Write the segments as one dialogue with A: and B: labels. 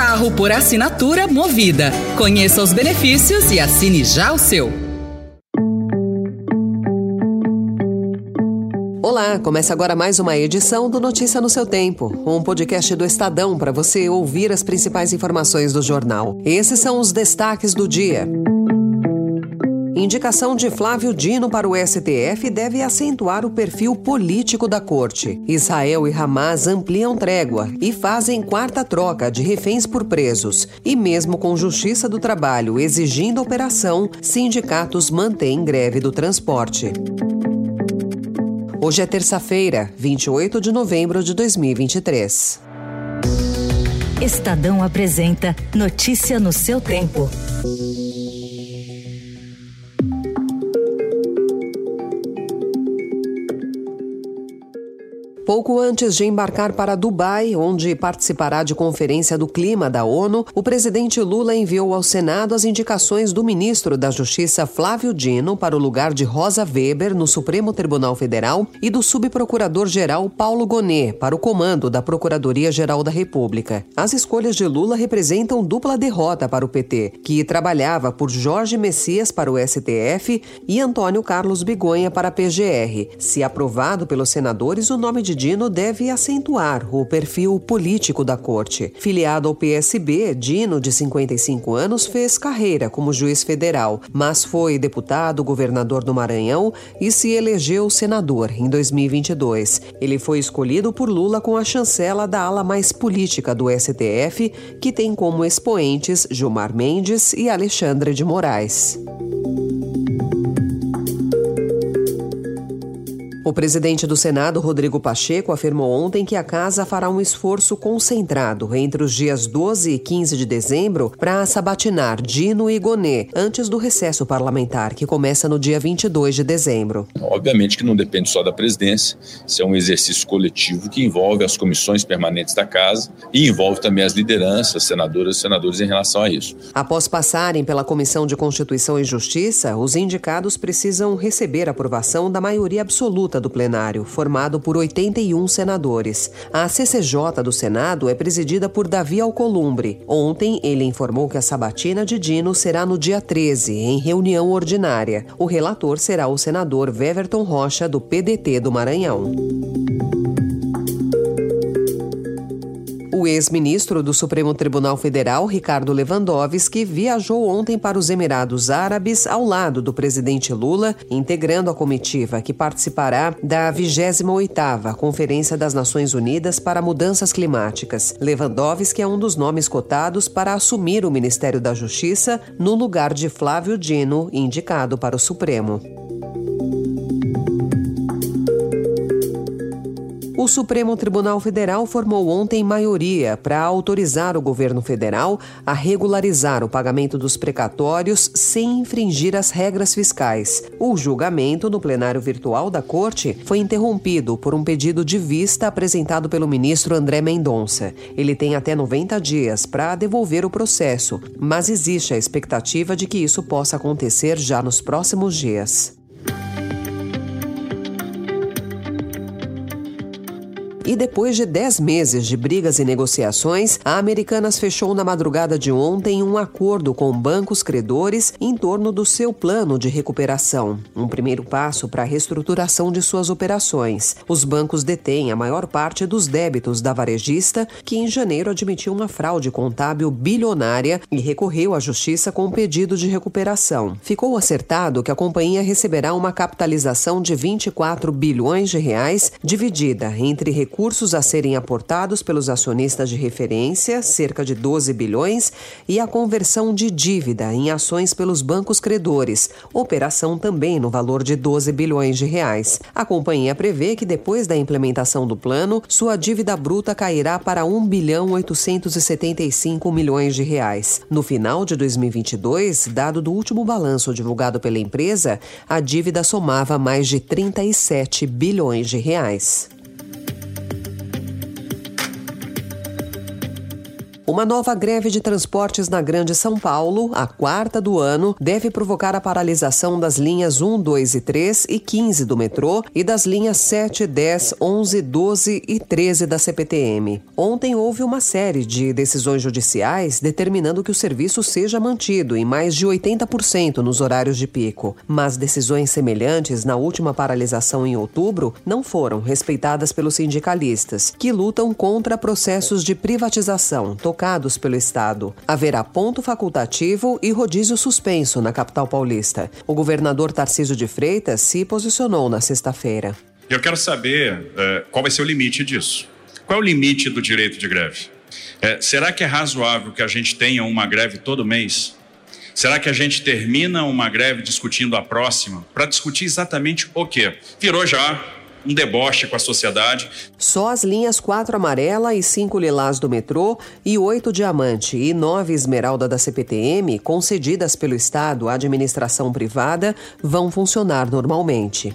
A: Carro por assinatura Movida. Conheça os benefícios e assine já o seu.
B: Olá, começa agora mais uma edição do Notícia no seu Tempo, um podcast do Estadão para você ouvir as principais informações do jornal. Esses são os destaques do dia. Indicação de Flávio Dino para o STF deve acentuar o perfil político da corte. Israel e Hamas ampliam trégua e fazem quarta troca de reféns por presos. E mesmo com Justiça do Trabalho exigindo operação, sindicatos mantêm greve do transporte. Hoje é terça-feira, 28 de novembro de 2023.
C: Estadão apresenta Notícia no seu tempo.
B: Pouco antes de embarcar para Dubai, onde participará de conferência do clima da ONU, o presidente Lula enviou ao Senado as indicações do ministro da Justiça Flávio Dino para o lugar de Rosa Weber no Supremo Tribunal Federal e do subprocurador-geral Paulo Gonet para o comando da Procuradoria-Geral da República. As escolhas de Lula representam dupla derrota para o PT, que trabalhava por Jorge Messias para o STF e Antônio Carlos Bigonha para a PGR. Se aprovado pelos senadores, o nome de Dino deve acentuar o perfil político da corte. Filiado ao PSB, Dino, de 55 anos, fez carreira como juiz federal, mas foi deputado, governador do Maranhão e se elegeu senador em 2022. Ele foi escolhido por Lula com a chancela da ala mais política do STF, que tem como expoentes Gilmar Mendes e Alexandre de Moraes. O presidente do Senado, Rodrigo Pacheco, afirmou ontem que a casa fará um esforço concentrado entre os dias 12 e 15 de dezembro para sabatinar Dino e Gonet antes do recesso parlamentar, que começa no dia 22 de dezembro.
D: Obviamente que não depende só da presidência, isso é um exercício coletivo que envolve as comissões permanentes da casa e envolve também as lideranças, senadoras e senadores em relação a isso.
B: Após passarem pela Comissão de Constituição e Justiça, os indicados precisam receber a aprovação da maioria absoluta do plenário, formado por 81 senadores. A CCJ do Senado é presidida por Davi Alcolumbre. Ontem, ele informou que a sabatina de Dino será no dia 13, em reunião ordinária. O relator será o senador Weverton Rocha, do PDT do Maranhão. O ex-ministro do Supremo Tribunal Federal, Ricardo Lewandowski, viajou ontem para os Emirados Árabes ao lado do presidente Lula, integrando a comitiva que participará da 28ª Conferência das Nações Unidas para Mudanças Climáticas. Lewandowski é um dos nomes cotados para assumir o Ministério da Justiça no lugar de Flávio Dino, indicado para o Supremo. O Supremo Tribunal Federal formou ontem maioria para autorizar o governo federal a regularizar o pagamento dos precatórios sem infringir as regras fiscais. O julgamento no plenário virtual da Corte foi interrompido por um pedido de vista apresentado pelo ministro André Mendonça. Ele tem até 90 dias para devolver o processo, mas existe a expectativa de que isso possa acontecer já nos próximos dias. E depois de 10 meses de brigas e negociações, a Americanas fechou na madrugada de ontem um acordo com bancos credores em torno do seu plano de recuperação. Um primeiro passo para a reestruturação de suas operações. Os bancos detêm a maior parte dos débitos da varejista, que em janeiro admitiu uma fraude contábil bilionária e recorreu à justiça com um pedido de recuperação. Ficou acertado que a companhia receberá uma capitalização de 24 bilhões de reais, dividida entre recursos a serem aportados pelos acionistas de referência, cerca de 12 bilhões, e a conversão de dívida em ações pelos bancos credores, operação também no valor de 12 bilhões de reais. A companhia prevê que depois da implementação do plano, sua dívida bruta cairá para 1 bilhão 875 milhões de reais. No final de 2022, dado do último balanço divulgado pela empresa, a dívida somava mais de 37 bilhões de reais. Uma nova greve de transportes na Grande São Paulo, a 4ª do ano, deve provocar a paralisação das linhas 1, 2 e 3 e 15 do metrô e das linhas 7, 10, 11, 12 e 13 da CPTM. Ontem houve uma série de decisões judiciais determinando que o serviço seja mantido em mais de 80% nos horários de pico. Mas decisões semelhantes na última paralisação em outubro não foram respeitadas pelos sindicalistas, que lutam contra processos de privatização tocados pelo Estado. Haverá ponto facultativo e rodízio suspenso na capital paulista. O governador Tarcísio de Freitas se posicionou na sexta-feira.
E: Eu quero saber qual vai ser o limite disso. Qual é o limite do direito de greve? Será que é razoável que a gente tenha uma greve todo mês? Será que a gente termina uma greve discutindo a próxima para discutir exatamente o quê? Virou já um deboche com a sociedade.
B: Só as linhas 4 amarela e 5 lilás do metrô e 8 diamante e 9 esmeralda da CPTM, concedidas pelo Estado à administração privada, vão funcionar normalmente.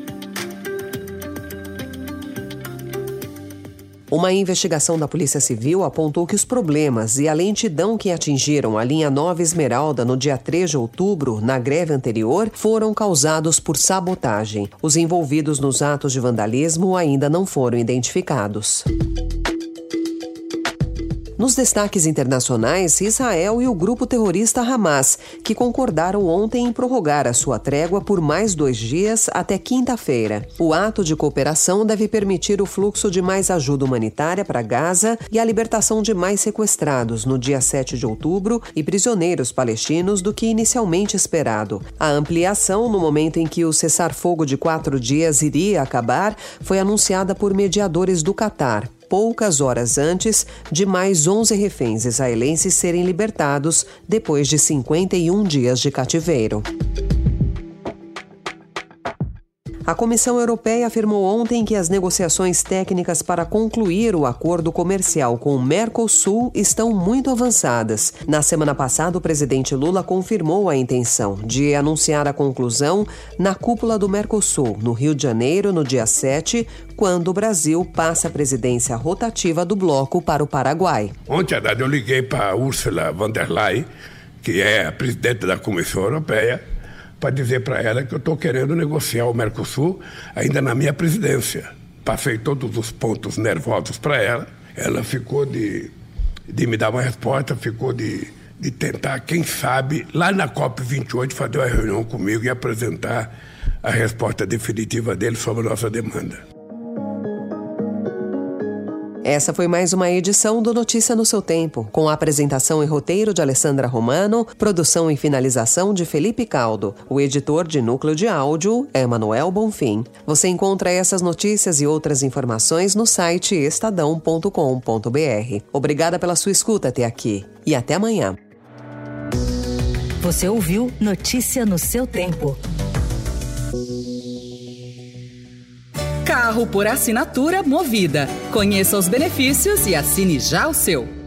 B: Uma investigação da Polícia Civil apontou que os problemas e a lentidão que atingiram a linha 9 Esmeralda no dia 3 de outubro, na greve anterior, foram causados por sabotagem. Os envolvidos nos atos de vandalismo ainda não foram identificados. Nos destaques internacionais, Israel e o grupo terrorista Hamas, que concordaram ontem em prorrogar a sua trégua por mais 2 dias até quinta-feira. O ato de cooperação deve permitir o fluxo de mais ajuda humanitária para Gaza e a libertação de mais sequestrados no dia 7 de outubro e prisioneiros palestinos do que inicialmente esperado. A ampliação, no momento em que o cessar-fogo de 4 dias iria acabar, foi anunciada por mediadores do Catar, poucas horas antes de mais 11 reféns israelenses serem libertados depois de 51 dias de cativeiro. A Comissão Europeia afirmou ontem que as negociações técnicas para concluir o acordo comercial com o Mercosul estão muito avançadas. Na semana passada, o presidente Lula confirmou a intenção de anunciar a conclusão na cúpula do Mercosul, no Rio de Janeiro, no dia 7, quando o Brasil passa a presidência rotativa do bloco para o Paraguai.
F: Ontem à tarde eu liguei para a Ursula von der Leyen, que é a presidente da Comissão Europeia, para dizer para ela que eu estou querendo negociar o Mercosul ainda na minha presidência. Passei todos os pontos nervosos para ela. Ela ficou de me dar uma resposta, ficou de tentar, quem sabe, lá na COP28, fazer uma reunião comigo e apresentar a resposta definitiva dele sobre a nossa demanda.
B: Essa foi mais uma edição do Notícia no seu Tempo, com a apresentação e roteiro de Alessandra Romano, produção e finalização de Felipe Caldo. O editor de núcleo de áudio é Manuel Bonfim. Você encontra essas notícias e outras informações no site estadão.com.br. Obrigada pela sua escuta até aqui e até amanhã.
C: Você ouviu Notícia no seu Tempo.
A: Carro por assinatura Movida. Conheça os benefícios e assine já o seu.